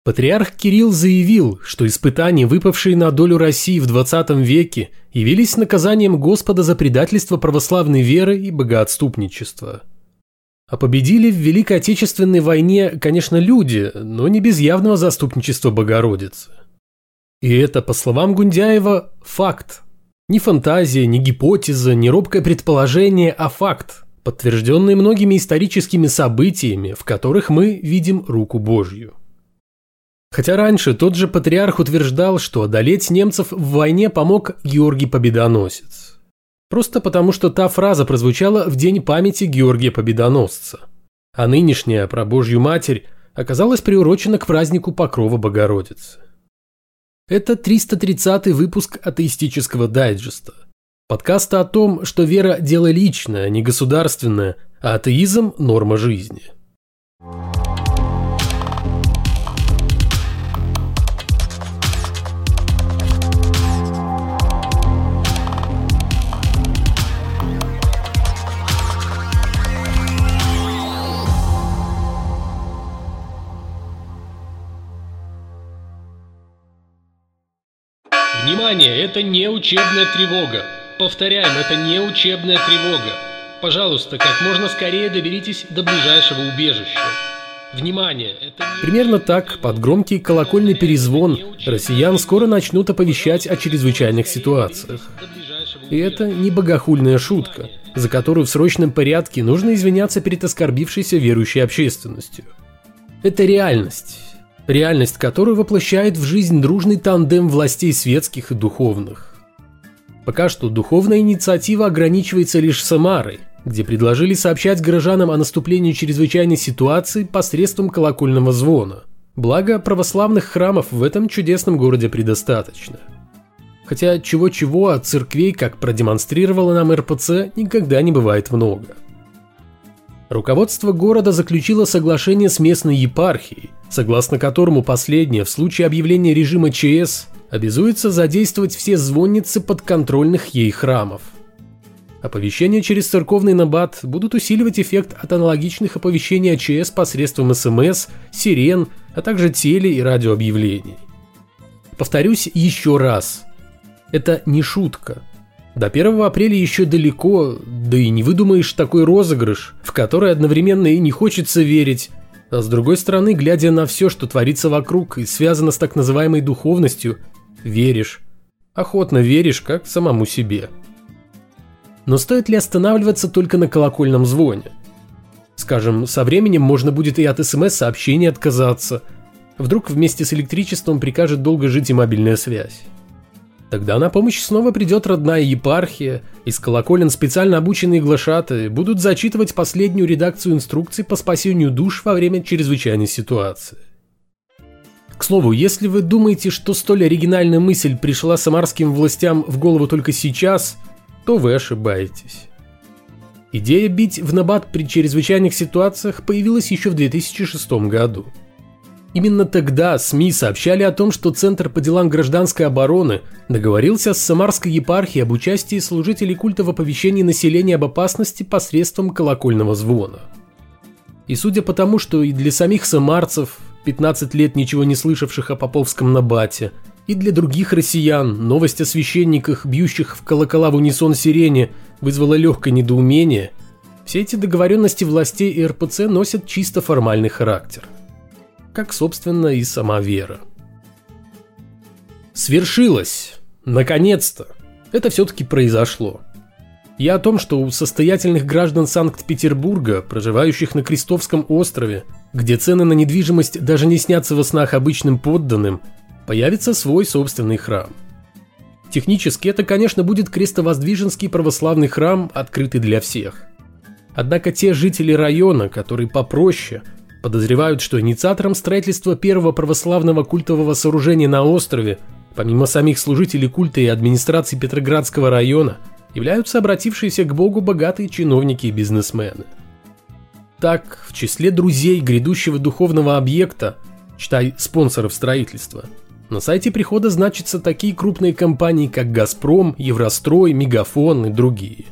Патриарх Кирилл заявил, что испытания, выпавшие на долю России в 20 веке, явились наказанием Господа за предательство православной веры и богоотступничество. А победили в Великой Отечественной войне, конечно, люди, но не без явного заступничества Богородицы. И это, по словам Гундяева, факт. Не фантазия, не гипотеза, не робкое предположение, а факт, подтвержденный многими историческими событиями, в которых мы видим руку Божью. Хотя раньше тот же патриарх утверждал, что одолеть немцев в войне помог Георгий Победоносец. Просто потому, что та фраза прозвучала в день памяти Георгия Победоносца, а нынешняя про Божью Матерь оказалась приурочена к празднику Покрова Богородицы. Это 330-й выпуск атеистического дайджеста. Подкаста о том, что вера – дело личное, а не государственное, а атеизм – норма жизни. Внимание, это не учебная тревога. Повторяем, это не учебная тревога. Пожалуйста, как можно скорее доберитесь до ближайшего убежища. Внимание, это не... Примерно так, под громкий колокольный перезвон, россиян скоро начнут оповещать о чрезвычайных ситуациях. И это не богохульная шутка, за которую в срочном порядке нужно извиняться перед оскорбившейся верующей общественностью. Это реальность. Реальность, которую воплощает в жизнь дружный тандем властей светских и духовных. Пока что духовная инициатива ограничивается лишь Самарой, где предложили сообщать горожанам о наступлении чрезвычайной ситуации посредством колокольного звона. Благо, православных храмов в этом чудесном городе предостаточно. Хотя чего-чего, а церквей, как продемонстрировала нам РПЦ, никогда не бывает много. Руководство города заключило соглашение с местной епархией, согласно которому последняя в случае объявления режима ЧС обязуется задействовать все звонницы подконтрольных ей храмов. Оповещения через церковный набат будут усиливать эффект от аналогичных оповещений о ЧС посредством СМС, сирен, а также теле- и радиообъявлений. Повторюсь еще раз. Это не шутка. До 1 апреля еще далеко, да и не выдумаешь такой розыгрыш, в который одновременно и не хочется верить, а с другой стороны, глядя на все, что творится вокруг и связано с так называемой духовностью, веришь. Охотно веришь, как самому себе. Но стоит ли останавливаться только на колокольном звоне? Скажем, со временем можно будет и от СМС-сообщений отказаться. Вдруг вместе с электричеством прикажет долго жить и мобильная связь. Тогда на помощь снова придет родная епархия, из колоколен специально обученные глашатаи будут зачитывать последнюю редакцию инструкций по спасению душ во время чрезвычайной ситуации. К слову, если вы думаете, что столь оригинальная мысль пришла самарским властям в голову только сейчас, то вы ошибаетесь. Идея бить в набат при чрезвычайных ситуациях появилась еще в 2006 году. Именно тогда СМИ сообщали о том, что Центр по делам гражданской обороны договорился с Самарской епархией об участии служителей культа в оповещении населения об опасности посредством колокольного звона. И судя по тому, что и для самих самарцев, 15 лет ничего не слышавших о поповском набате, и для других россиян новость о священниках, бьющих в колокола в унисон сирене, вызвала легкое недоумение, все эти договоренности властей и РПЦ носят чисто формальный характер. Как, собственно, и сама вера. Свершилось! Наконец-то! Это все-таки произошло. Я о том, что у состоятельных граждан Санкт-Петербурга, проживающих на Крестовском острове, где цены на недвижимость даже не снятся во снах обычным подданным, появится свой собственный храм. Технически это, конечно, будет Крестовоздвиженский православный храм, открытый для всех. Однако те жители района, которые попроще, подозревают, что инициатором строительства первого православного культового сооружения на острове, помимо самих служителей культа и администрации Петроградского района, являются обратившиеся к Богу богатые чиновники и бизнесмены. Так, в числе друзей грядущего духовного объекта, читай спонсоров строительства, на сайте прихода значатся такие крупные компании, как «Газпром», «Еврострой», «Мегафон» и другие.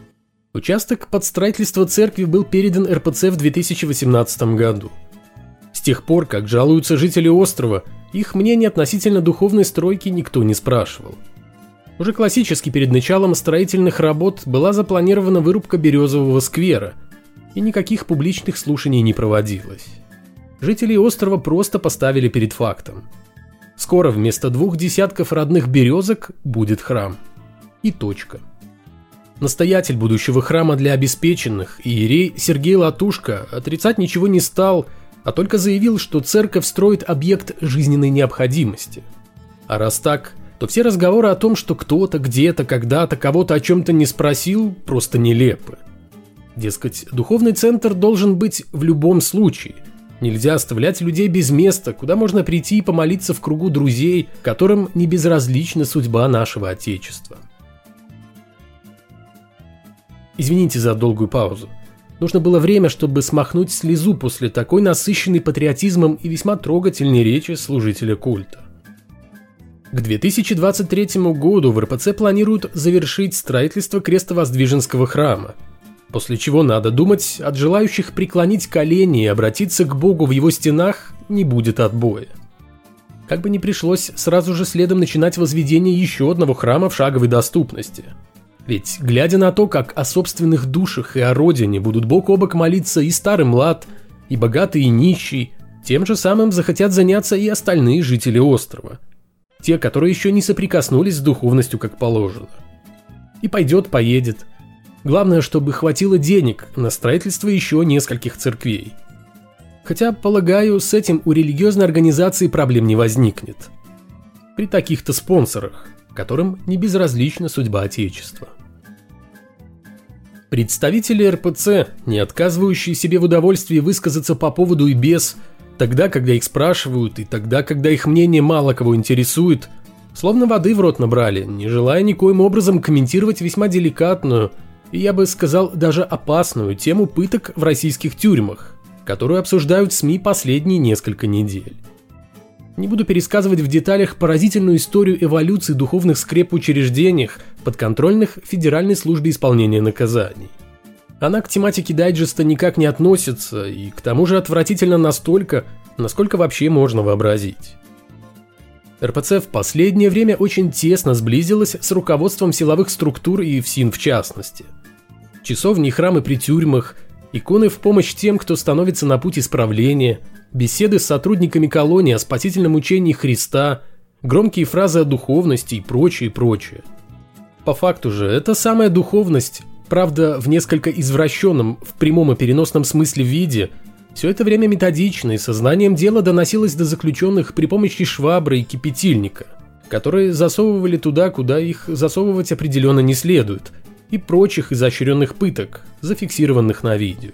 Участок под строительство церкви был передан РПЦ в 2018 году. С С тех пор, как жалуются жители острова, их мнение относительно духовной стройки никто не спрашивал. Уже классически перед началом строительных работ была запланирована вырубка березового сквера, и никаких публичных слушаний не проводилось. Жители острова просто поставили перед фактом. Скоро вместо 2 десятков родных березок будет храм. И точка. Настоятель будущего храма для обеспеченных, иерей Сергей Латушко, отрицать ничего не стал, а только заявил, что церковь строит объект жизненной необходимости. А раз так, то все разговоры о том, что кто-то, где-то, когда-то кого-то о чем-то не спросил, просто нелепы. Дескать, духовный центр должен быть в любом случае. Нельзя оставлять людей без места, куда можно прийти и помолиться в кругу друзей, которым не безразлична судьба нашего Отечества. Извините за долгую паузу. Нужно было время, чтобы смахнуть слезу после такой насыщенной патриотизмом и весьма трогательной речи служителя культа. К 2023 году в РПЦ планируют завершить строительство Крестовоздвиженского храма, после чего, надо думать, от желающих преклонить колени и обратиться к Богу в его стенах не будет отбоя. Как бы ни пришлось сразу же следом начинать возведение еще одного храма в шаговой доступности. Ведь, глядя на то, как о собственных душах и о родине будут бок о бок молиться и старый млад, и богатый и нищий, тем же самым захотят заняться и остальные жители острова. Те, которые еще не соприкоснулись с духовностью как положено. И пойдет-поедет. Главное, чтобы хватило денег на строительство еще нескольких церквей. Хотя, полагаю, с этим у религиозной организации проблем не возникнет. При таких-то спонсорах, которым не безразлична судьба Отечества. Представители РПЦ, не отказывающие себе в удовольствии высказаться по поводу и без, тогда, когда их спрашивают, и тогда, когда их мнение мало кого интересует, словно воды в рот набрали, не желая никоим образом комментировать весьма деликатную, и я бы сказал, даже опасную тему пыток в российских тюрьмах, которую обсуждают СМИ последние несколько недель. Не буду пересказывать в деталях поразительную историю эволюции духовных скреп в учреждениях, подконтрольных Федеральной службе исполнения наказаний. Она к тематике дайджеста никак не относится, и к тому же отвратительно настолько, насколько вообще можно вообразить. РПЦ в последнее время очень тесно сблизилась с руководством силовых структур и ФСИН в частности. Часовни и храмы при тюрьмах, иконы в помощь тем, кто становится на путь исправления, беседы с сотрудниками колонии о спасительном учении Христа, громкие фразы о духовности и прочее. По факту же, эта самая духовность, правда в несколько извращенном в прямом и переносном смысле виде, все это время методично и сознанием дела доносилось до заключенных при помощи швабры и кипятильника, которые засовывали туда, куда их засовывать определенно не следует, и прочих изощренных пыток, зафиксированных на видео.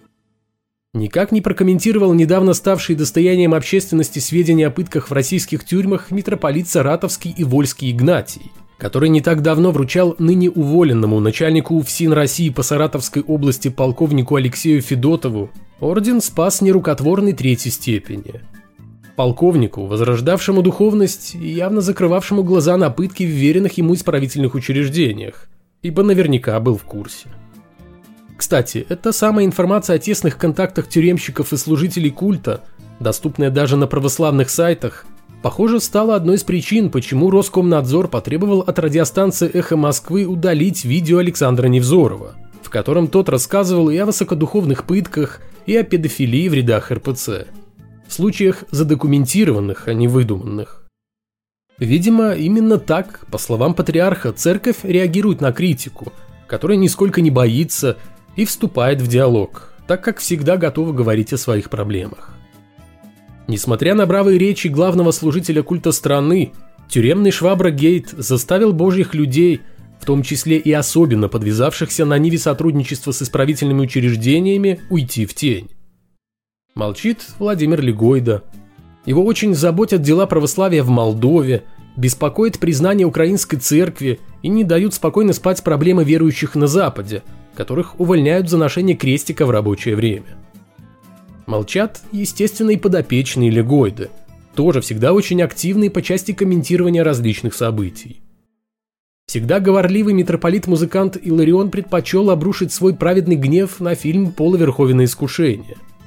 Никак не прокомментировал недавно ставшие достоянием общественности сведения о пытках в российских тюрьмах митрополит Саратовский и Вольский Игнатий, который не так давно вручал ныне уволенному начальнику ФСИН России по Саратовской области полковнику Алексею Федотову орден Спас Нерукотворной 3-й степени. Полковнику, возрождавшему духовность и явно закрывавшему глаза на пытки в веренных ему исправительных учреждениях, ибо наверняка был в курсе. Кстати, эта самая информация о тесных контактах тюремщиков и служителей культа, доступная даже на православных сайтах, похоже, стала одной из причин, почему Роскомнадзор потребовал от радиостанции «Эхо Москвы» удалить видео Александра Невзорова, в котором тот рассказывал и о высокодуховных пытках, и о педофилии в рядах РПЦ. В случаях задокументированных, а не выдуманных. Видимо, именно так, по словам патриарха, церковь реагирует на критику, которая нисколько не боится и вступает в диалог, так как всегда готова говорить о своих проблемах. Несмотря на бравые речи главного служителя культа страны, тюремный швабра-гейт заставил божьих людей, в том числе и особенно подвязавшихся на ниве сотрудничества с исправительными учреждениями, уйти в тень. Молчит Владимир Легойда. Его очень заботят дела православия в Молдове, беспокоит признание украинской церкви и не дают спокойно спать проблемы верующих на Западе, которых увольняют за ношение крестика в рабочее время. Молчат, естественно, и подопечные Легойды, тоже всегда очень активные по части комментирования различных событий. Всегда говорливый митрополит-музыкант Иларион предпочел обрушить свой праведный гнев на фильм «Пола Верховена искушения»,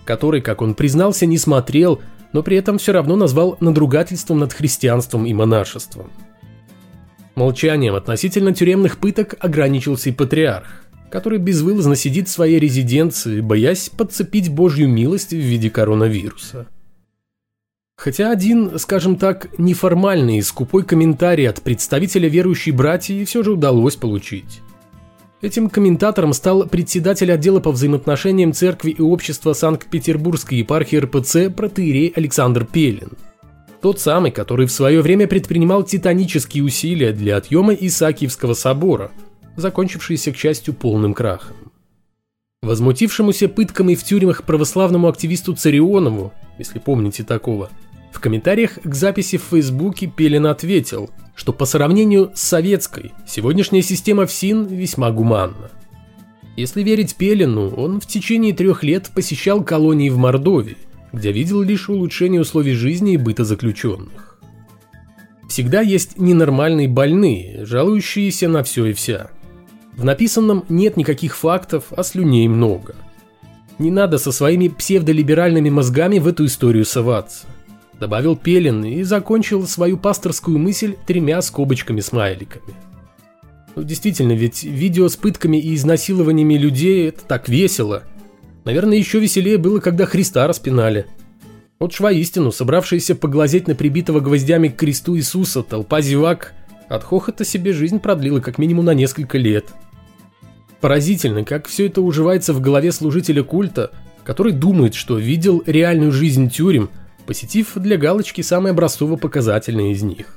который, как он признался, не смотрел, но при этом все равно назвал надругательством над христианством и монашеством. Молчанием относительно тюремных пыток ограничился и патриарх, который безвылазно сидит в своей резиденции, боясь подцепить Божью милость в виде коронавируса. Хотя один, скажем так, неформальный и скупой комментарий от представителя верующей братьи все же удалось получить. Этим комментатором стал председатель отдела по взаимоотношениям церкви и общества Санкт-Петербургской епархии РПЦ протоиерей Александр Пелин. Тот самый, который в свое время предпринимал титанические усилия для отъема Исаакиевского собора, закончившиеся, к счастью, полным крахом. Возмутившемуся пытками в тюрьмах православному активисту Царионову, если помните такого, в комментариях к записи в Фейсбуке Пелин ответил, что по сравнению с советской, сегодняшняя система ФСИН весьма гуманна. Если верить Пелину, он в течение 3 лет посещал колонии в Мордовии, где видел лишь улучшение условий жизни и быта заключенных. Всегда есть ненормальные больные, жалующиеся на все и вся. В написанном нет никаких фактов, а слюней много. Не надо со своими псевдолиберальными мозгами в эту историю соваться, добавил Пелин и закончил свою пасторскую мысль 3 скобочками-смайликами. Ну, действительно, ведь видео с пытками и изнасилованиями людей – это так весело. Наверное, еще веселее было, когда Христа распинали. Вот ж воистину, собравшаяся поглазеть на прибитого гвоздями к кресту Иисуса толпа зевак от хохота себе жизнь продлила как минимум на несколько лет. Поразительно, как все это уживается в голове служителя культа, который думает, что видел реальную жизнь тюрем, посетив для галочки самые образцово-показательные из них.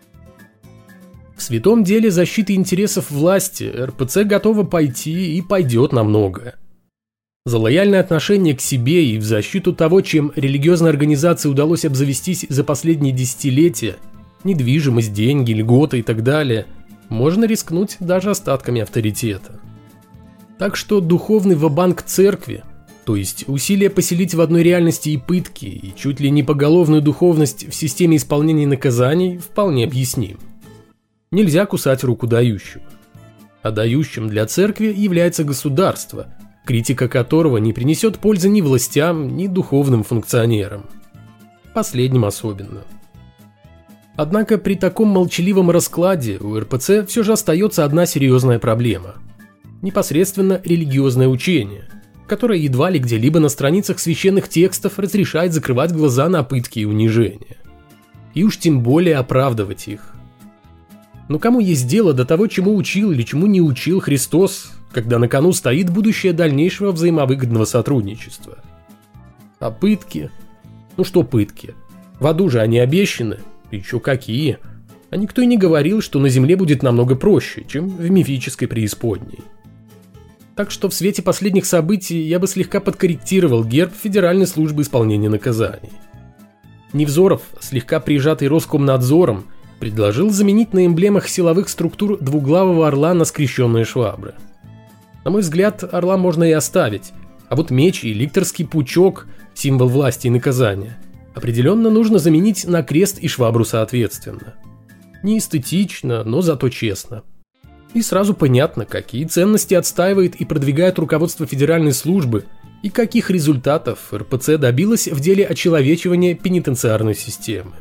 В святом деле защиты интересов власти РПЦ готова пойти и пойдет на многое. За лояльное отношение к себе и в защиту того, чем религиозной организации удалось обзавестись за последние десятилетия, недвижимость, деньги, льготы и так далее, можно рискнуть даже остатками авторитета. Так что духовный ва-банк церкви, то есть усилия поселить в одной реальности и пытки, и чуть ли не поголовную духовность в системе исполнения наказаний, вполне объясним. Нельзя кусать руку дающего. А дающим для церкви является государство, критика которого не принесет пользы ни властям, ни духовным функционерам. Последним особенно. Однако при таком молчаливом раскладе у РПЦ все же остается одна серьезная проблема. Непосредственно религиозное учение, которое едва ли где-либо на страницах священных текстов разрешает закрывать глаза на пытки и унижения. И уж тем более оправдывать их. Но кому есть дело до того, чему учил или чему не учил Христос, когда на кону стоит будущее дальнейшего взаимовыгодного сотрудничества? А пытки? Ну что пытки? В аду же они обещаны. Еще какие? А никто и не говорил, что на земле будет намного проще, чем в мифической преисподней. Так что в свете последних событий я бы слегка подкорректировал герб Федеральной службы исполнения наказаний. Невзоров, слегка прижатый Роскомнадзором, предложил заменить на эмблемах силовых структур двуглавого орла на скрещенные швабры. На мой взгляд, орла можно и оставить, а вот меч и ликторский пучок, символ власти и наказания, определенно нужно заменить на крест и швабру соответственно. Не эстетично, но зато честно. И сразу понятно, какие ценности отстаивает и продвигает руководство Федеральной службы и каких результатов РПЦ добилась в деле очеловечивания пенитенциарной системы.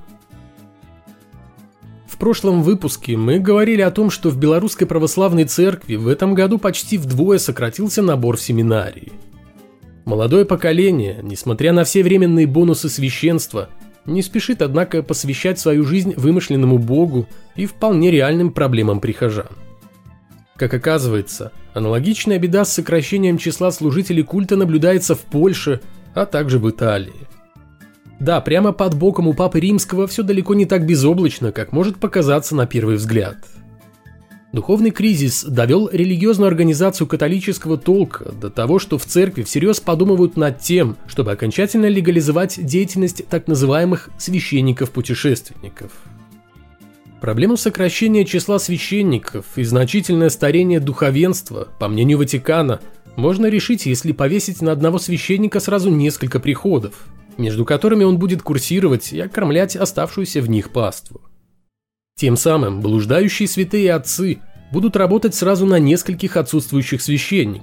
В прошлом выпуске мы говорили о том, что в Белорусской православной церкви в этом году почти вдвое сократился набор в семинарии. Молодое поколение, несмотря на все временные бонусы священства, не спешит, однако, посвящать свою жизнь вымышленному богу и вполне реальным проблемам прихожан. Как оказывается, аналогичная беда с сокращением числа служителей культа наблюдается в Польше, а также в Италии. Да, прямо под боком у Папы Римского все далеко не так безоблачно, как может показаться на первый взгляд. Духовный кризис довел религиозную организацию католического толка до того, что в церкви всерьез подумывают над тем, чтобы окончательно легализовать деятельность так называемых священников-путешественников. Проблему сокращения числа священников и значительное старение духовенства, по мнению Ватикана, можно решить, если повесить на одного священника сразу несколько приходов, между которыми он будет курсировать и окормлять оставшуюся в них паству. Тем самым блуждающие святые отцы будут работать сразу на нескольких отсутствующих священников,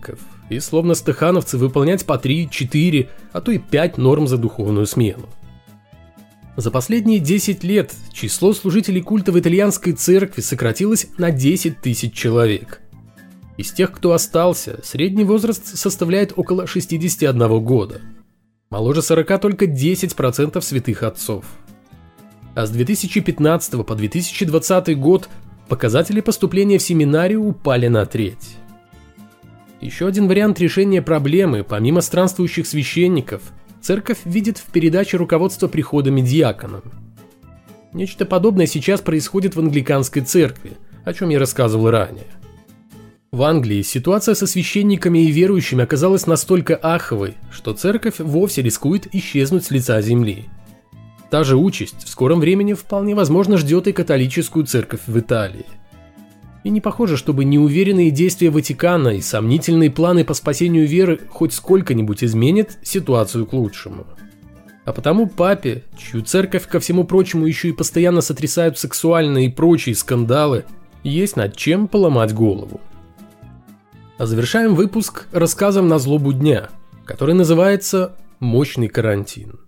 и словно стахановцы выполнять по 3, 4, а то и 5 норм за духовную смену. За последние 10 лет число служителей культа в итальянской церкви сократилось на 10 тысяч человек. Из тех, кто остался, средний возраст составляет около 61 года. Моложе 40 только 10% святых отцов. А с 2015 по 2020 год показатели поступления в семинарию упали на треть. Еще один вариант решения проблемы, помимо странствующих священников, церковь видит в передаче руководства приходами диаконам. Нечто подобное сейчас происходит в англиканской церкви, о чем я рассказывал ранее. В Англии ситуация со священниками и верующими оказалась настолько аховой, что церковь вовсе рискует исчезнуть с лица земли. Та же участь в скором времени вполне возможно ждет и католическую церковь в Италии. И не похоже, чтобы неуверенные действия Ватикана и сомнительные планы по спасению веры хоть сколько-нибудь изменят ситуацию к лучшему. А потому папе, чью церковь, ко всему прочему, еще и постоянно сотрясают сексуальные и прочие скандалы, есть над чем поломать голову. А завершаем выпуск рассказом на злобу дня, который называется «Мощный карантин».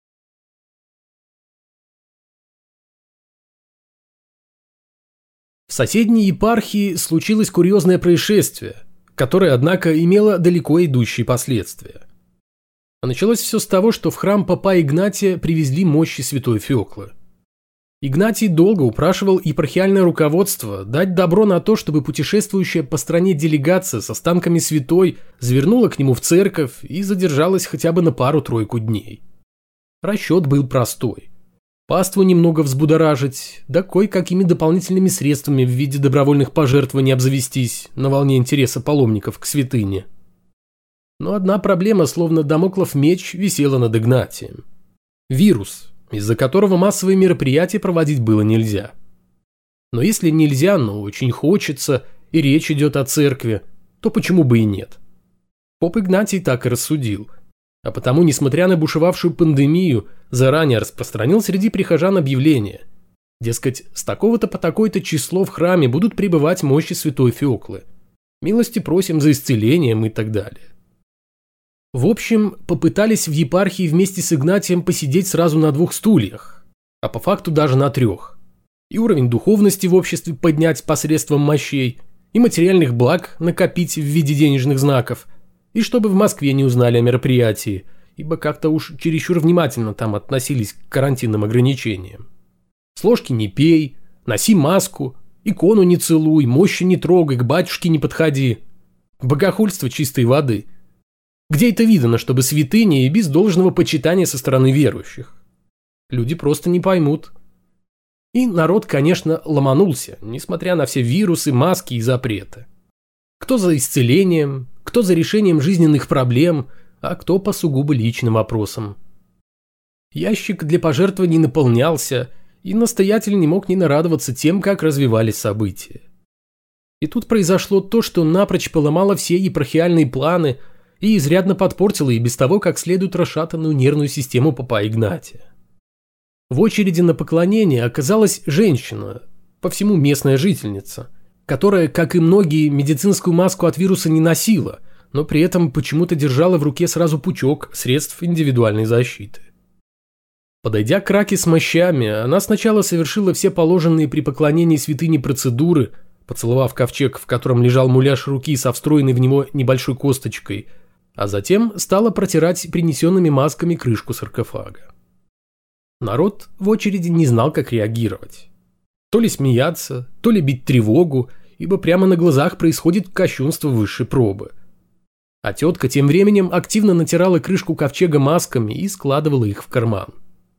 В соседней епархии случилось курьезное происшествие, которое, однако, имело далеко идущие последствия. А началось все с того, что в храм попа Игнатия привезли мощи святой Феклы. Игнатий долго упрашивал епархиальное руководство дать добро на то, чтобы путешествующая по стране делегация с останками святой завернула к нему в церковь и задержалась хотя бы на пару-тройку дней. Расчет был простой. Паству немного взбудоражить, да кое-какими дополнительными средствами в виде добровольных пожертвований обзавестись на волне интереса паломников к святыне. Но одна проблема, словно дамоклов меч, висела над Игнатием. Вирус, из-за которого массовые мероприятия проводить было нельзя. Но если нельзя, но очень хочется, и речь идет о церкви, то почему бы и нет? Поп Игнатий так и рассудил. А потому, несмотря на бушевавшую пандемию, заранее распространил среди прихожан объявление. Дескать, с такого-то по такое-то число в храме будут пребывать мощи святой Феклы. Милости просим за исцелением и так далее. В общем, попытались в епархии вместе с Игнатием посидеть сразу на 2 стульях, а по факту даже на 3. И уровень духовности в обществе поднять посредством мощей, и материальных благ накопить в виде денежных знаков, и чтобы в Москве не узнали о мероприятии, ибо как-то уж чересчур внимательно там относились к карантинным ограничениям. С ложки не пей, носи маску, икону не целуй, мощи не трогай, к батюшке не подходи. Богохульство чистой воды. Где это видано, чтобы святыня и без должного почитания со стороны верующих? Люди просто не поймут. И народ, конечно, ломанулся, несмотря на все вирусы, маски и запреты. Кто за исцелением, кто за решением жизненных проблем, а кто по сугубо личным вопросам. Ящик для пожертвований наполнялся, и настоятель не мог не нарадоваться тем, как развивались события. И тут произошло то, что напрочь поломало все епархиальные планы и изрядно подпортило и без того, как следует расшатанную нервную систему попа Игнатия. В очереди на поклонение оказалась женщина, по всему местная жительница, которая, как и многие, медицинскую маску от вируса не носила, но при этом почему-то держала в руке сразу пучок средств индивидуальной защиты. Подойдя к раке с мощами, она сначала совершила все положенные при поклонении святыне процедуры, поцеловав ковчег, в котором лежал муляж руки со встроенной в него небольшой косточкой, а затем стала протирать принесенными масками крышку саркофага. Народ в очереди не знал, как реагировать. То ли смеяться, то ли бить тревогу, ибо прямо на глазах происходит кощунство высшей пробы. А тетка тем временем активно натирала крышку ковчега масками и складывала их в карман.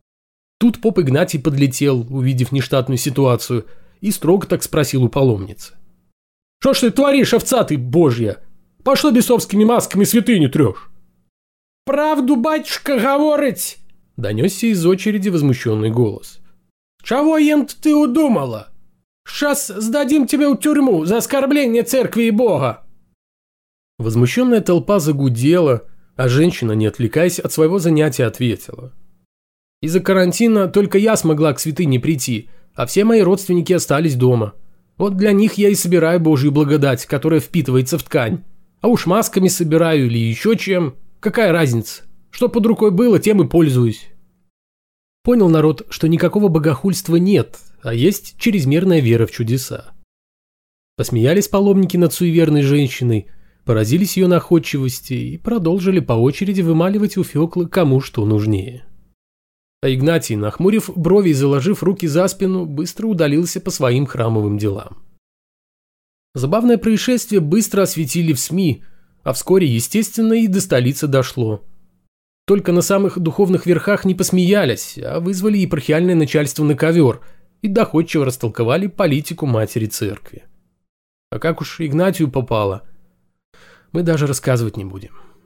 Тут поп Игнатий подлетел, увидев нештатную ситуацию, и строго так спросил у паломницы. «Что ж ты творишь, овца ты божья? По что бесовскими масками святыню трешь?» «Правду, батюшка, говорить!» – донесся из очереди возмущенный голос. «Чего, ент, ты удумала? Сейчас сдадим тебя в тюрьму за оскорбление церкви и Бога!» Возмущенная толпа загудела, а женщина, не отвлекаясь от своего занятия, ответила. «Из-за карантина только я смогла к святыне прийти, а все мои родственники остались дома. Вот для них я и собираю Божью благодать, которая впитывается в ткань. А уж масками собираю или еще чем. Какая разница? Что под рукой было, тем и пользуюсь. Понял народ, что никакого богохульства нет, а есть чрезмерная вера в чудеса. Посмеялись паломники над суеверной женщиной, поразились ее находчивости и продолжили по очереди вымаливать у Феклы кому что нужнее. А Игнатий, нахмурив брови и заложив руки за спину, быстро удалился по своим храмовым делам. Забавное происшествие быстро осветили в СМИ, а вскоре, естественно, и до столицы дошло. Только на самых духовных верхах не посмеялись, а вызвали епархиальное начальство на ковер и доходчиво растолковали политику матери церкви. А как уж Игнатию попало, мы даже рассказывать не будем.